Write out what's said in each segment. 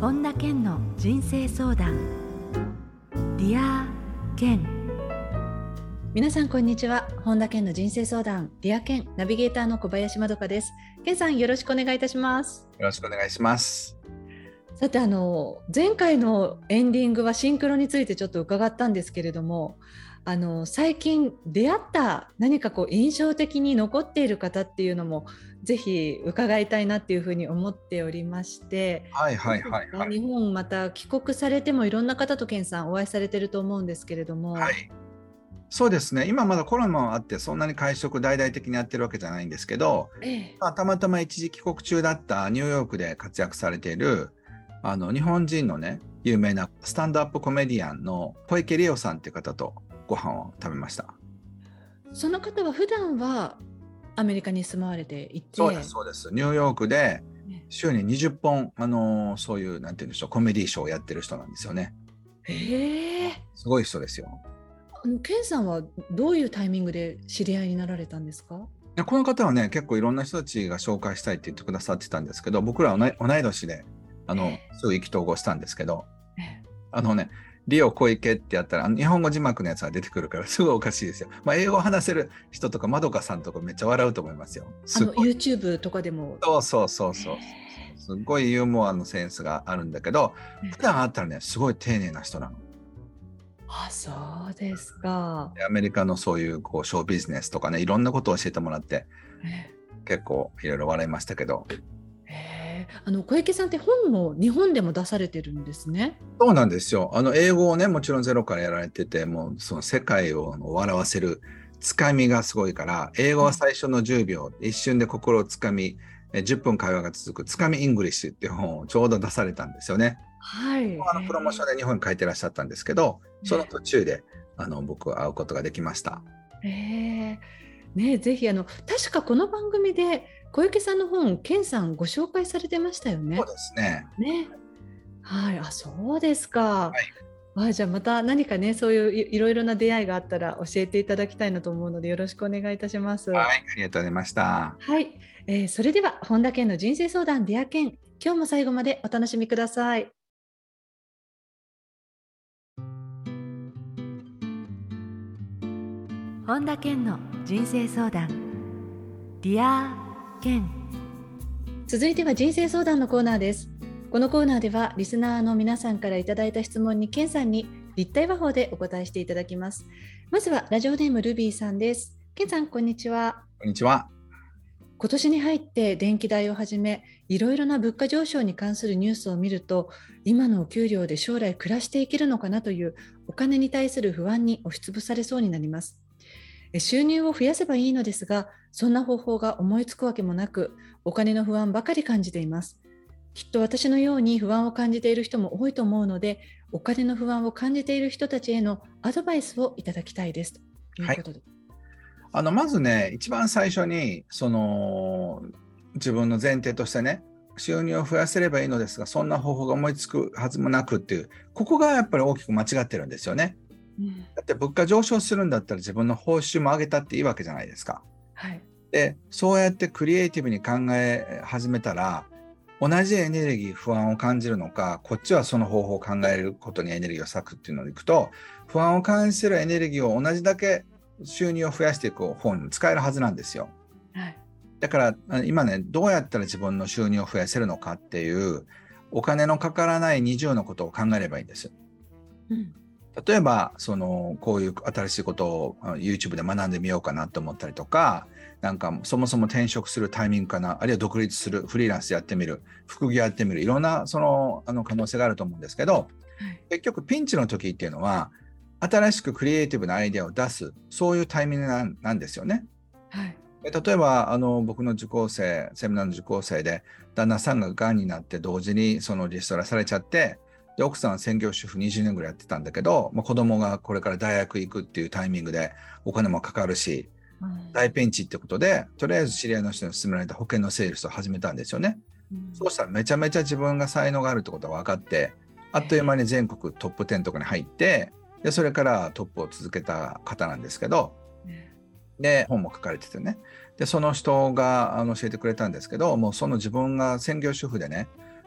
本田健の人生相談。ディア健。皆さんこんにちは。本田健の人生相談ディア健ナビゲーターの小林まどかです。健さん、よろしくお願いいたします。 よろしくお願いします。 さて、前回のエンディングはシンクロについてちょっと伺ったんですけれども、最近出会った何か印象的に残っている方っていうのもぜひ伺いたいなっていうふうに思っておりまして、日本また帰国されてもいろんな方と健さんお会いされてると思うんですけれども。 はい、そうですね。今まだコロナもあってそんなに会食大々的にやってるわけじゃないんですけど、たまたま一時帰国中だったニューヨークで活躍されている日本人のね、有名なスタンドアップコメディアンの小池理央さんっていう方とご飯を食べました。 その方は普段はアメリカに住まわれていて。 そうです。ニューヨークで週に20本そういうなんて言うんでしょう、コメディーショーをやってる人なんですよね。すごい人ですよ。 健さんはどういうタイミングで知り合いになられたんですか？ この方はね、結構いろんな人たちが紹介したいって言ってくださってたんですけど、僕らは同い年ですぐ意気投合したんですけど、リオ小池ってやったら日本語字幕のやつが出てくるからすごいおかしいですよ。英語を話せる人とかまどかさんとかめっちゃ笑うと思いますよ。 YouTube とかでも。 そう。すごいユーモアのセンスがあるんだけど、普段会ったらね、すごい丁寧な人なの。 そうですか。 アメリカのそういうショービジネスとかね、いろんなことを教えてもらって、結構いろいろ笑いましたけど。 小池さんって本も日本でも出されてるんですね。 そうなんですよ。英語をね、もちろんゼロからやられてて、もうその世界を笑わせるつかみがすごいから、英語は最初の10秒、一瞬で心をつかみ、10分会話が続くつかみイングリッシュっていう本をちょうど出されたんですよね。プロモーションで日本に書いてらっしゃったんですけど、その途中で僕は会うことができました。 ぜひ確かこの番組で小池さんの本、健さんご紹介されてましたよね。 そうですね。 そうですか。じゃあまた何かね、そういういろいろな出会いがあったら教えていただきたいなと思うのでよろしくお願いいたします。 ありがとうございました。 それでは本田健の人生相談ディア健、今日も最後までお楽しみください。本田健の人生相談ディア健。続いては人生相談のコーナーです。このコーナーではリスナーの皆さんからいただいた質問に健さんに立体話法でお答えしていただきます。まずはラジオネームルビーさんです。健さん、こんにちは。 こんにちは。 今年に入って電気代をはじめいろいろな物価上昇に関するニュースを見ると、今のお給料で将来暮らしていけるのかなというお金に対する不安に押しつぶされそうになります。収入を増やせばいいのですが、そんな方法が思いつくわけもなく、お金の不安ばかり感じています。きっと私のように不安を感じている人も多いと思うので、お金の不安を感じている人たちへのアドバイスをいただきたいですということで。 まずね、一番最初に自分の前提としてね、収入を増やせればいいのですが、そんな方法が思いつくはずもなくっていう、ここがやっぱり大きく間違ってるんですよね。だって物価上昇するんだったら自分の報酬も上げたっていいわけじゃないですか。で、そうやってクリエイティブに考え始めたら、同じエネルギー、不安を感じるのか、こっちはその方法を考えることにエネルギーを割くっていうのに行くと、不安を感じるエネルギーを同じだけ収入を増やしていく方に使えるはずなんですよ。だから今ね、どうやったら自分の収入を増やせるのかっていうお金のかからない20のことを考えればいいんです。例えばこういう新しいことを YouTube で学んでみようかなと思ったりとか、なんかそもそも転職するタイミングかな、あるいは独立する、フリーランスやってみる、副業やってみる、いろんな可能性があると思うんですけど、結局ピンチの時っていうのは新しくクリエイティブなアイデアを出す、そういうタイミングなんですよね。例えば僕のセミナーの受講生で旦那さんががんになって同時にリストラされちゃって、で奥さんは専業主婦20年ぐらいやってたんだけど、子供がこれから大学行くっていうタイミングでお金もかかるし、大ピンチってことで、とりあえず知り合いの人に勧められた保険のセールスを始めたんですよね。そうしたらめちゃめちゃ自分が才能があるってことが分かって、あっという間に全国トップ10とかに入って、でそれからトップを続けた方なんですけど、で本も書かれててね、でその人が教えてくれたんですけど、もうその自分が専業主婦でね、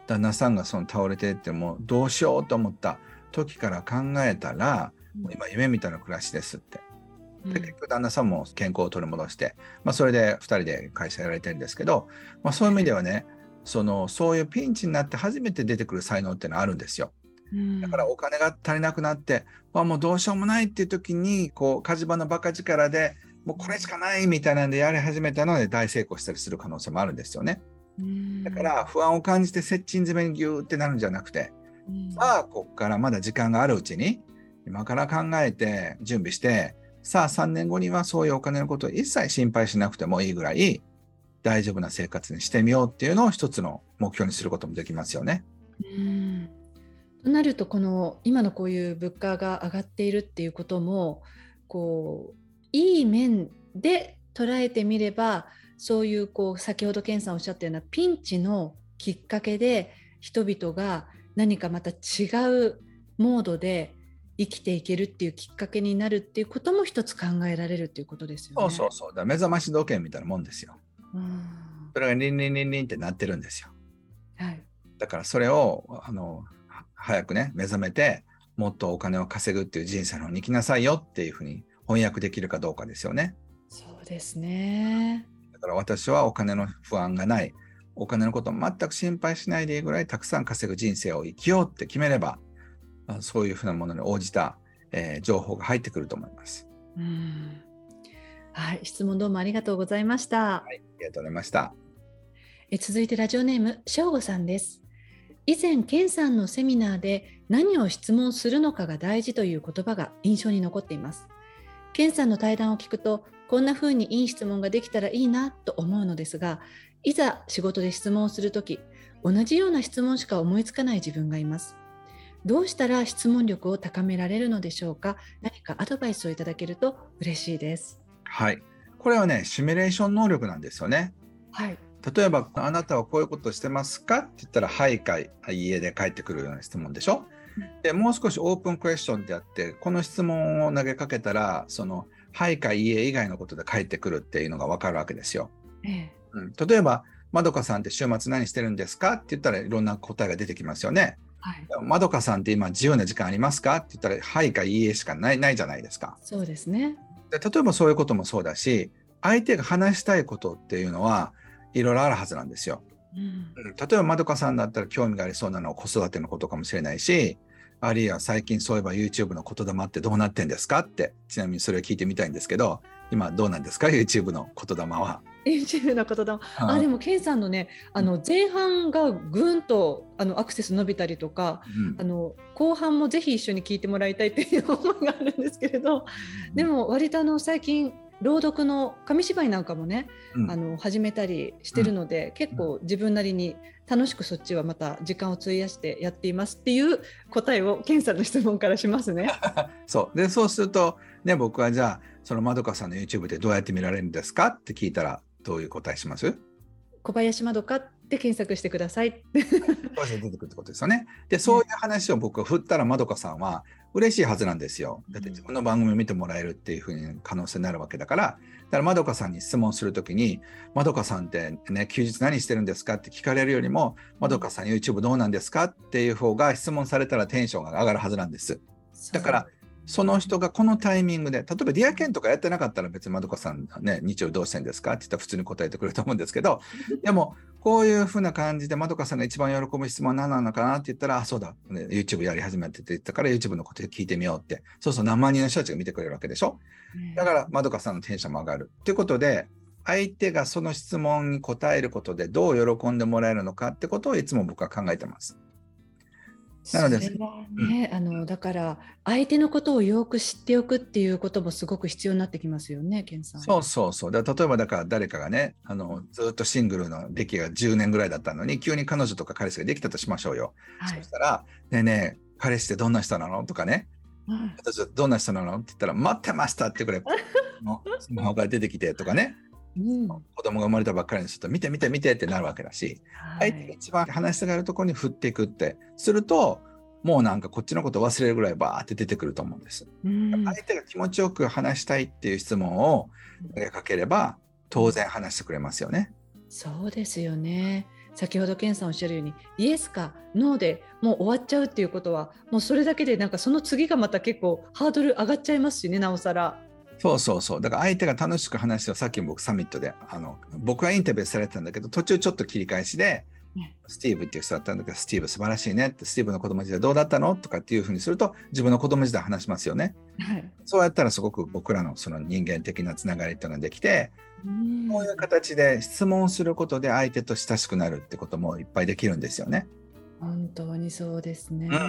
旦那さんがその倒れてってもうどうしようと思った時から考えたら、もう今夢みたいな暮らしですって。で結局旦那さんも健康を取り戻して、それで2人で会社やられてるんですけど、そういう意味ではね、そういうピンチになって初めて出てくる才能っていうのはあるんですよ。だからお金が足りなくなって、もうどうしようもないっていう時にこう火事場のバカ力でもうこれしかないみたいなんでやり始めたので大成功したりする可能性もあるんですよね。だから不安を感じて接近詰めにギューってなるんじゃなくて、さあここからまだ時間があるうちに今から考えて準備して、さあ3年後にはそういうお金のことを一切心配しなくてもいいぐらい大丈夫な生活にしてみようっていうのを一つの目標にすることもできますよね。 となると、この今のこういう物価が上がっているっていうこともこういい面で捉えてみれば、そういう先ほど健さんおっしゃったようなピンチのきっかけで人々が何かまた違うモードで生きていけるっていうきっかけになるっていうことも一つ考えられるっていうことですよね。 そうだ、目覚まし時計みたいなもんですよ。それがリンリンリンリンってなってるんですよ。だからそれを早くね目覚めて、もっとお金を稼ぐっていう人生の方に行きなさいよっていうふうに翻訳できるかどうかですよね。 そうですね。 だから私はお金の不安がない、お金のことを全く心配しないでいいぐらいたくさん稼ぐ人生を生きようって決めれば、そういうふうなものに応じた、情報が入ってくると思います。 はい、質問どうもありがとうございました。 はい、ありがとうございました。 続いてラジオネームしょうごさんです。以前健さんのセミナーで何を質問するのかが大事という言葉が印象に残っています。健さんの対談を聞くと、こんな風にいい質問ができたらいいなと思うのですが、いざ仕事で質問をするとき、同じような質問しか思いつかない自分がいます。どうしたら質問力を高められるのでしょうか。何かアドバイスをいただけると嬉しいです。 はい、これはねシミュレーション能力なんですよね。 はい。 例えばあなたはこういうことをしてますかって言ったらはいかいいえで返ってくるような質問でしょ。でもう少しオープンクエスチョンであって、この質問を投げかけたらはいかいいえ以外のことで返ってくるっていうのが分かるわけですよ。例えばまどかさんって週末何してるんですかって言ったらいろんな答えが出てきますよね。まどかさんって今自由な時間ありますかって言ったらはいかいいえしかないじゃないですか。 そうですね。 で例えばそういうこともそうだし、相手が話したいことっていうのはいろいろあるはずなんですよ。例えばまどかさんだったら興味がありそうなのは子育てのことかもしれないし、あるいは最近そういえば YouTube の言霊ってどうなってんですかって、ちなみにそれを聞いてみたいんですけど、今どうなんですか YouTube の言霊は。 YouTube の言霊、でもケンさんのね、前半がぐんとアクセス伸びたりとか、後半もぜひ一緒に聞いてもらいたいっていう思いがあるんですけれど、でも割と最近朗読の紙芝居なんかもね、始めたりしてるので、結構自分なりに楽しくそっちはまた時間を費やしてやっていますっていう答えをケンさんの質問からしますね。 そうするとね、僕はじゃあそのまどかさんの YouTube でどうやって見られるんですかって聞いたらどういう答えします？ 小林まどかって検索してください。 そうして出てくるってことですよね。でそういう話を僕が振ったらまどかさんは嬉しいはずなんですよ。だって自分の番組を見てもらえるっていうふうに可能性になるわけだから。だからまどかさんに質問するときに、まどかさんってね休日何してるんですかって聞かれるよりも、まどかさん YouTube どうなんですかっていう方が質問されたらテンションが上がるはずなんです。だからその人がこのタイミングで、例えばディアケンとかやってなかったら別にまどかさんね、日曜どうしてんですかって言ったら普通に答えてくれると思うんですけど、でもこういうふうな感じでまどかさんが一番喜ぶ質問は何なのかなって言ったら、そうだ、ね、YouTube やり始めてって言ったから YouTube のこと聞いてみようって、そう何万人の人たちが見てくれるわけでしょ。だからまどかさんのテンションも上がるっていうことで、相手がその質問に答えることでどう喜んでもらえるのかってことをいつも僕は考えてます。 なのでそれはね、だから相手のことをよく知っておくっていうこともすごく必要になってきますよね、ケンさん。 そうだ例えばだから誰かがねずっとシングルの歴が10年ぐらいだったのに急に彼女とか彼氏ができたとしましょうよ。そしたらねえねえ彼氏ってどんな人なのとかね、私はどんな人なのって言ったら待ってましたってくれスマホが出てきてとかね、子供が生まれたばっかりにすると見てってなるわけだし、相手が一番話したがるところに振っていくってすると、もうなんかこっちのこと忘れるぐらいバーって出てくると思うんです。相手が気持ちよく話したいっていう質問を投げかければ当然話してくれますよね。 そうですよね。 先ほど健さんおっしゃるようにイエスかノーでもう終わっちゃうっていうことは、もうそれだけでなんかその次がまた結構ハードル上がっちゃいますしね、なおさら。 そうそうそう。だから相手が楽しく話して、さっき僕サミットで、僕はインタビューされてたんだけど、途中ちょっと切り返しで、スティーブっていう人だったんだけど、スティーブ素晴らしいねって、スティーブの子供時代どうだったのとかっていうふうにすると、自分の子供時代話しますよね。 はい、 そうやったらすごく僕らのその人間的なつながりっていうのができて、 うこういう形で質問することで相手と親しくなるってこともいっぱいできるんですよね。 本当にそうですね。 うん。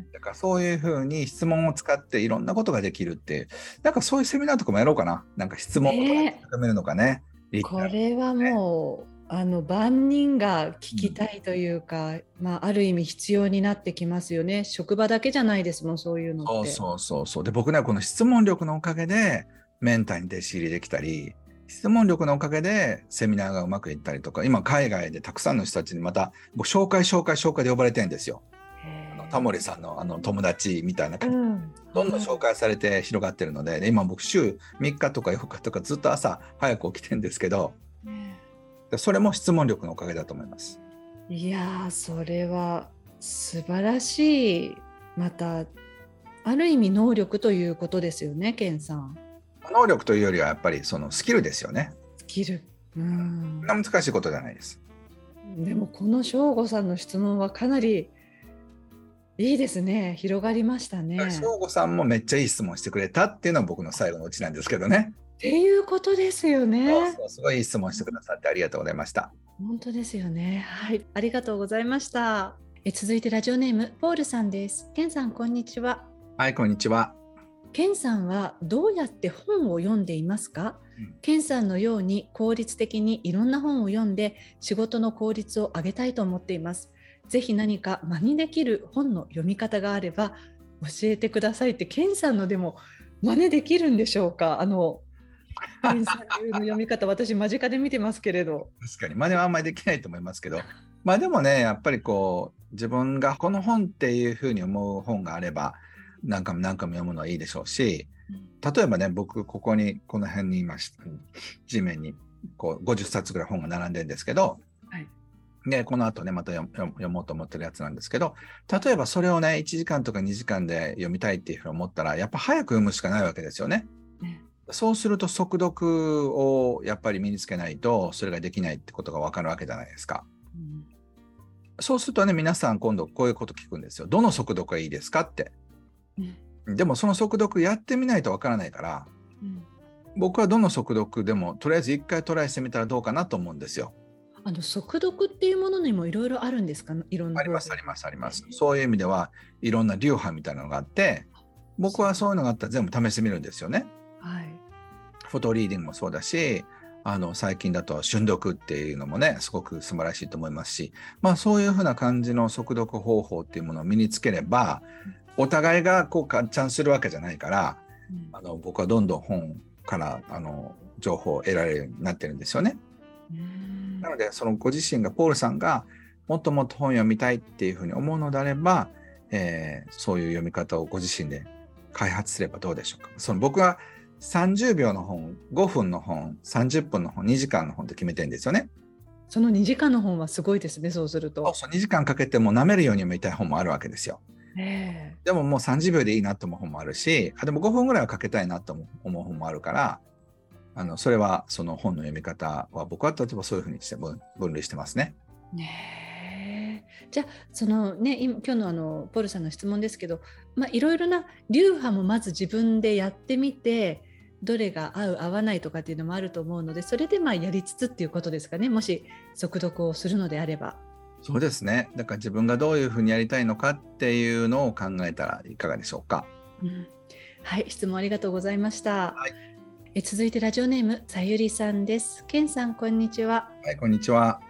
だからそういうふうに質問を使っていろんなことができるっていう、なんかそういうセミナーとかもやろうかな。なんか質問とか高めるのかね。 これはもう万人が聞きたいというか、ある意味必要になってきますよね。職場だけじゃないですもん、そういうのって。 そう。で、僕ね、この質問力のおかげでメンターに弟子入りできたり、質問力のおかげでセミナーがうまくいったりとか、今海外でたくさんの人たちにまた僕紹介で呼ばれてるんですよ。タモリさんの友達みたいな感じ、どんどん紹介されて広がってるので、今僕週3日とか4日とかずっと朝早く起きてるんですけど、それも質問力のおかげだと思います。 いやー、それは素晴らしい。またある意味能力ということですよね、ケンさん。 能力というよりはやっぱりそのスキルですよね。 スキル。 難しいことじゃないです。 でもこの省吾さんの質問はかなりいいですね。広がりましたね。 省吾さんもめっちゃいい質問してくれたっていうのは僕の最後のオチなんですけどね。 っていうことですよね。 そうすごいいい質問してくださってありがとうございました。 本当ですよね。はい、ありがとうございました。続いてラジオネームポールさんです。ケンさん、こんにちは。 はい、こんにちは。 ケンさんはどうやって本を読んでいますか？ケンさんのように効率的にいろんな本を読んで仕事の効率を上げたいと思っています。ぜひ何か真似できる本の読み方があれば教えてくださいって。ケンさんのでも真似できるんでしょうか？ケンさん流の読み方、私間近で見てますけれど。 確かに真似はあんまりできないと思いますけど、でもね、やっぱりこう自分がこの本っていうふうに思う本があれば何回も読むのはいいでしょうし、例えばね、僕この辺にいました、地面にこう50冊ぐらい本が並んでるんですけど、でこの後ねまた読もうと思ってるやつなんですけど、例えばそれをね1時間とか2時間で読みたいっていうふうに思ったらやっぱ早く読むしかないわけですよね。そうすると速読をやっぱり身につけないとそれができないってことが分かるわけじゃないですか。そうするとね、皆さん今度こういうこと聞くんですよ。どの速読がいいですかって。でもその速読やってみないと分からないから、僕はどの速読でもとりあえず一回トライしてみたらどうかなと思うんですよ。 速読っていうものにもいろいろあるんですか？いろんな。あります。 そういう意味ではいろんな流派みたいなのがあって、僕はそういうのがあったら全部試してみるんですよね。フォトリーディングもそうだし、最近だと瞬読っていうのもねすごく素晴らしいと思いますし、そういうふうな感じの速読方法っていうものを身につければ、お互いがこうガッチャンするわけじゃないから、僕はどんどん本から情報を得られるようになってるんですよね。なのでそのご自身がポールさんがもっともっと本を読みたいっていうふうに思うのであれば、そういう読み方をご自身で開発すればどうでしょうか。僕は30秒の本、5分の本、30分の本、2時間の本って決めてるんですよね。 その2時間の本はすごいですね。そうすると 2時間かけても舐めるように読みたい本もあるわけですよ。でももう30秒でいいなと思う本もあるし、でも5分ぐらいはかけたいなと思う本もあるから、それはその本の読み方は僕は例えばそういうふうにして分類してますね。 じゃあ今日のポールさんの質問ですけど、いろいろな流派もまず自分でやってみて、どれが合う合わないとかっていうのもあると思うので、それでやりつつっていうことですかね。もし速読をするのであれば。 そうですね。だから自分がどういうふうにやりたいのかっていうのを考えたらいかがでしょうか。 はい、質問ありがとうございました。続いてラジオネームさゆりさんです。ケンさん、こんにちは。 はい、こんにちは。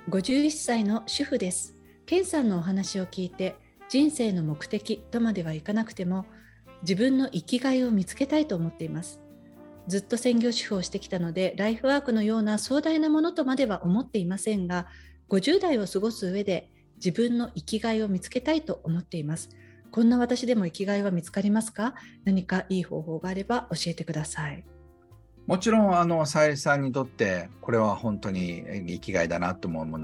51歳の主婦です。ケンさんのお話を聞いて、人生の目的とまではいかなくても自分の生きがいを見つけたいと思っています。ずっと専業主婦をしてきたので、ライフワークのような壮大なものとまでは思っていませんが、50代を過ごす上で自分の生きがいを見つけたいと思っています。こんな私でも生きがいは見つかりますか？何かいい方法があれば教えてください。 もちろんさゆりさんにとってこれは本当に生きがいだなと思うものは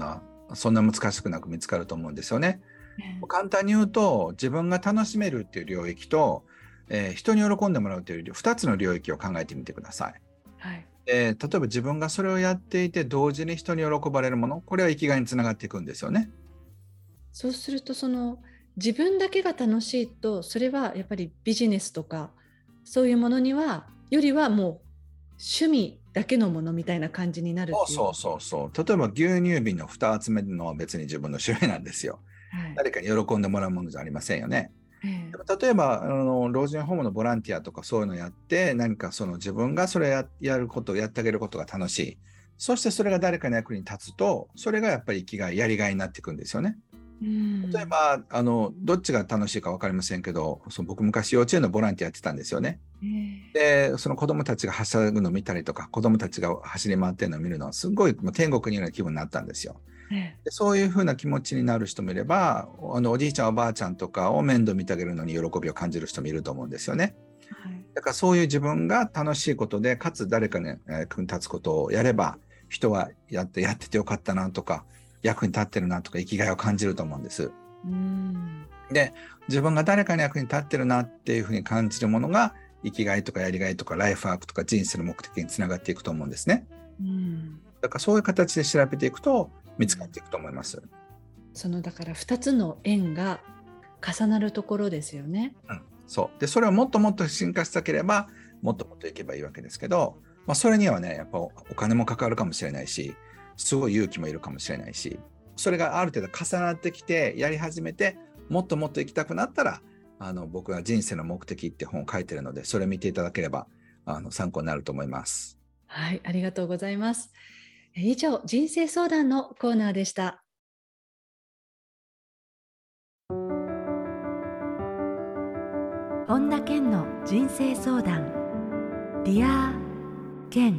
そんな難しくなく見つかると思うんですよね。簡単に言うと、自分が楽しめるっていう領域と、人に喜んでもらうという2つの領域を考えてみてください。 はい。 例えば自分がそれをやっていて同時に人に喜ばれるもの、これは生きがいにつながっていくんですよね。 そうすると自分だけが楽しいと、それはやっぱりビジネスとかそういうものにはよりはもう趣味だけのものみたいな感じになるっていう。 そうそうそうそう。例えば牛乳瓶の蓋集めるのは別に自分の趣味なんですよ。 はい。 誰かに喜んでもらうものじゃありませんよね。 ええ。 例えば老人ホームのボランティアとかそういうのをやって、何か自分がそれやることをやってあげることが楽しい。そしてそれが誰かの役に立つと、それがやっぱり生きがい、やりがいになっていくんですよね。例えばどっちが楽しいか分かりませんけど、僕昔幼稚園のボランティアやってたんですよね。でその子どもたちがはしゃぐのを見たりとか、子どもたちが走り回ってるのを見るのはすごいもう天国にいるような気分になったんですよ。でそういうふうな気持ちになる人もいれば、おじいちゃんおばあちゃんとかを面倒見てあげるのに喜びを感じる人もいると思うんですよね。 はい。 だからそういう自分が楽しいことで、かつ誰かに役に立つことをやれば、人はやっててよかったなとか、役に立ってるなとか、生きがいを感じると思うんです。で、自分が誰かに役に立ってるなっていうふうに感じるものが、生きがいとかやりがいとかライフワークとか人生の目的につながっていくと思うんですね。だからそういう形で調べていくと見つかっていくと思います。 だから2つの縁が重なるところですよね。 そうで、それをもっともっと進化したければもっともっといけばいいわけですけど、それにはね、やっぱお金もかかるかもしれないし、すごい勇気もいるかもしれないし、それがある程度重なってきてやり始めて、もっともっと行きたくなったら、僕が人生の目的って本を書いてるので、それを見ていただければ参考になると思います。 はい、ありがとうございます。以上、人生相談のコーナーでした。本田健の人生相談。ディア健。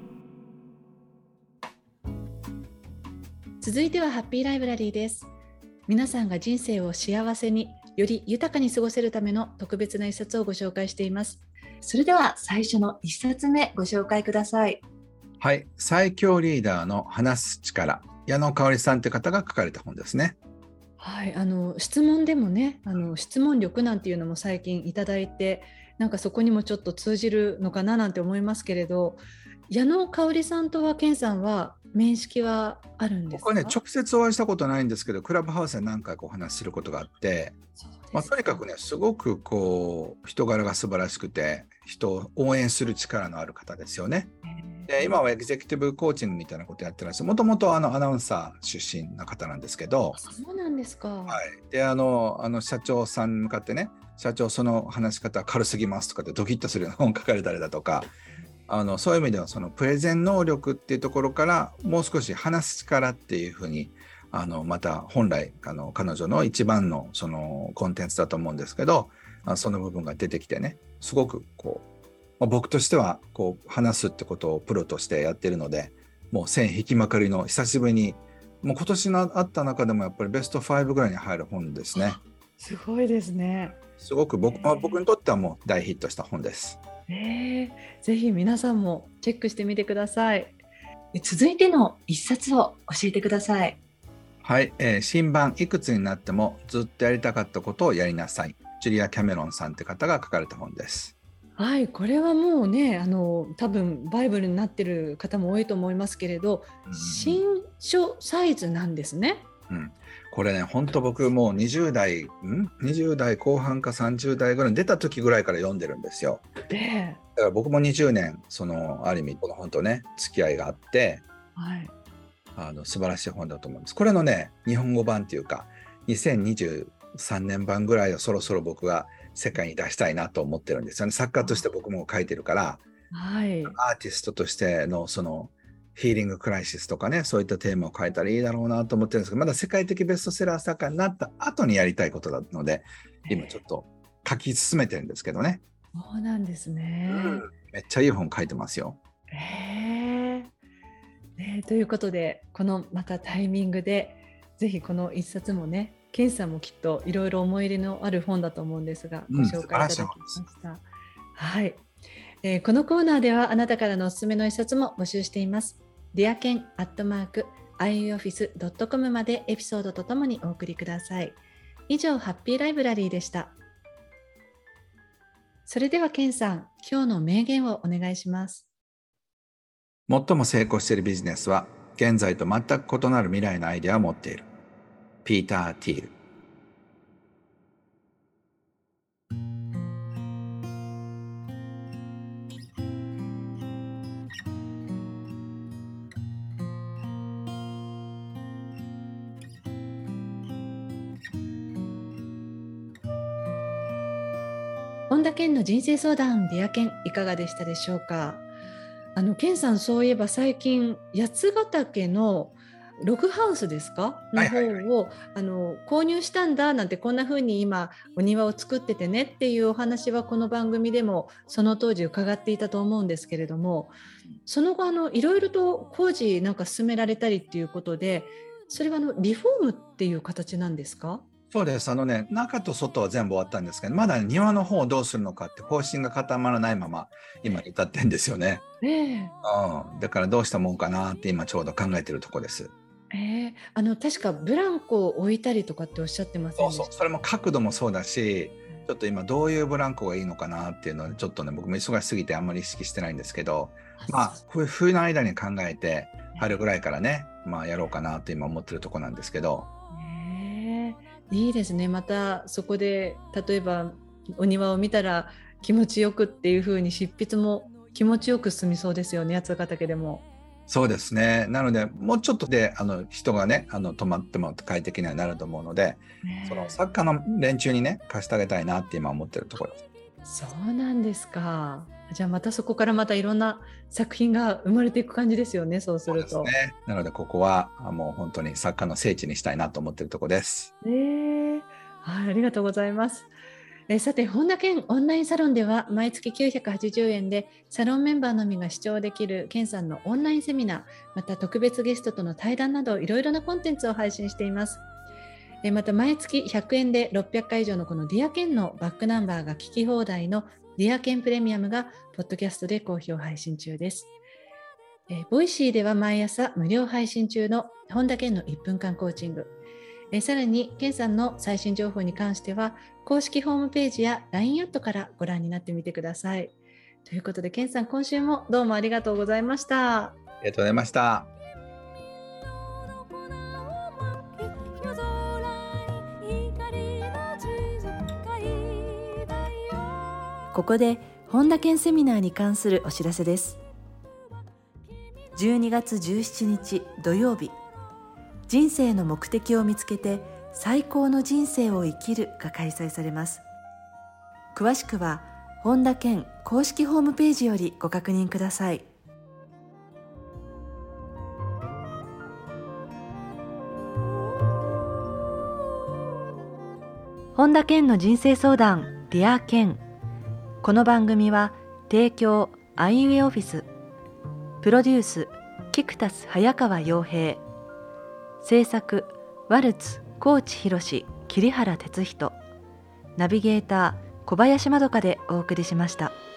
続いてはハッピーライブラリーです。皆さんが人生を幸せにより豊かに過ごせるための特別な一冊をご紹介しています。それでは最初の一冊目ご紹介ください。 はい、最強リーダーの話す力、矢野香織さんという方が書かれた本ですね。 はい、質問でもね、質問力なんていうのも最近いただいて、なんかそこにもちょっと通じるのかななんて思いますけれど、矢野香織さんとは健さんは面識はあるんですか？ 僕はね、直接お会いしたことないんですけど、クラブハウスで何回かお話しすることがあって、とにかくね、すごく人柄が素晴らしくて、人を応援する力のある方ですよね。で今はエグゼクティブコーチングみたいなことやってらっしゃる。もともとアナウンサー出身の方なんですけど、 そうなんですか。 はい、で社長さんに向かってね、社長その話し方は軽すぎますとかってドキッとするような本書かれたりだとか、そういう意味ではそのプレゼン能力っていうところからもう少し話す力っていうふうにまた本来彼女の一番のそのコンテンツだと思うんですけど、その部分が出てきてね、すごく僕としては話すってことをプロとしてやってるので、もう線引きまくりの久しぶりに、もう今年のあった中でもやっぱりベスト5ぐらいに入る本ですね。 すごいですね。 すごく僕にとってはもう大ヒットした本です。 ぜひ皆さんもチェックしてみてください。続いての一冊を教えてください。 はい、新版いくつになってもずっとやりたかったことをやりなさい、ジュリア・キャメロンさんって方が書かれた本です。 はい、これはもうね、多分バイブルになってる方も多いと思いますけれど、新書サイズなんですね。 これね、本当僕もう20代後半か30代ぐらいに出た時ぐらいから読んでるんですよ。だから僕も20年ある意味この本とね付き合いがあって、素晴らしい本だと思います。これのね、日本語版っていうか2023年版ぐらいをそろそろ僕が世界に出したいなと思ってるんですよね。作家として僕も書いてるから、アーティストとしてのそのヒーリングクライシスとかね、そういったテーマを書いたらいいだろうなと思ってるんですけど、まだ世界的ベストセラー作家になった後にやりたいことなので、今ちょっと書き進めてるんですけどね。 そうなんですね。 めっちゃいい本書いてますよ。 ということで、このまたタイミングでぜひこの一冊もね、ケンさんもきっといろいろ思い入れのある本だと思うんですが、ご紹介いただきました。はい、このコーナーではあなたからのおすすめの一冊も募集しています。Dear Ken ioffice.com までエピソードとともにお送りください。以上、ハッピーライブラリーでした。それではケンさん、今日の名言をお願いします。 最も成功しているビジネスは、現在と全く異なる未来のアイデアを持っている。ピーター・ティール。 本田健の人生相談ディア健、いかがでしたでしょうか。健さん、そういえば最近八ヶ岳のログハウスですかの方を、購入したんだなんて、こんな風に今お庭を作っててねっていうお話はこの番組でもその当時伺っていたと思うんですけれども、その後いろいろと工事なんか進められたりっていうことで、それはリフォームっていう形なんですか？ そうです。中と外は全部終わったんですけど、まだ庭の方をどうするのかって方針が固まらないまま今至ってんですよね。だからどうしたもんかなって今ちょうど考えてるとこです。 確かブランコを置いたりとかっておっしゃってませんでした？ それも角度もそうだし、ちょっと今どういうブランコがいいのかなっていうので、ちょっとね、僕も忙しすぎてあんまり意識してないんですけど、冬の間に考えて春ぐらいからね、やろうかなって今思ってるとこなんですけど。 いいですね。またそこで例えばお庭を見たら気持ちよくっていう風に執筆も気持ちよく進みそうですよね、八ヶ岳でも。 そうですね。なのでもうちょっとで人がね泊まっても快適にはなると思うので、その作家の連中にね貸してあげたいなって今思ってるところです。 そうなんですか。じゃあまたそこからまたいろんな作品が生まれていく感じですよね、そうすると。 そうですね。なのでここはもう本当に作家の聖地にしたいなと思ってるところです。 はい、ありがとうございます。さて、本田健オンラインサロンでは毎月980円でサロンメンバーのみが視聴できる健さんのオンラインセミナー、また特別ゲストとの対談などいろいろなコンテンツを配信しています。また毎月100円で600回以上のこのディア健のバックナンバーが聞き放題のディア健プレミアムがポッドキャストで好評配信中です。ボイシーでは毎朝無料配信中の本田健の1分間コーチング、さらに健さんの最新情報に関しては公式ホームページや LINE アットからご覧になってみてください。ということで健さん、今週もどうもありがとうございました。 ありがとうございました。 ここで本田健セミナーに関するお知らせです。12月17日土曜日、人生の目的を見つけて最高の人生を生きるが開催されます。詳しくは本田健公式ホームページよりご確認ください。本田健の人生相談ディア健。この番組は提供アイウェイオフィス、プロデュースキクタス早川洋平、制作ワルツ高知博桐原哲人、ナビゲーター小林まどかでお送りしました。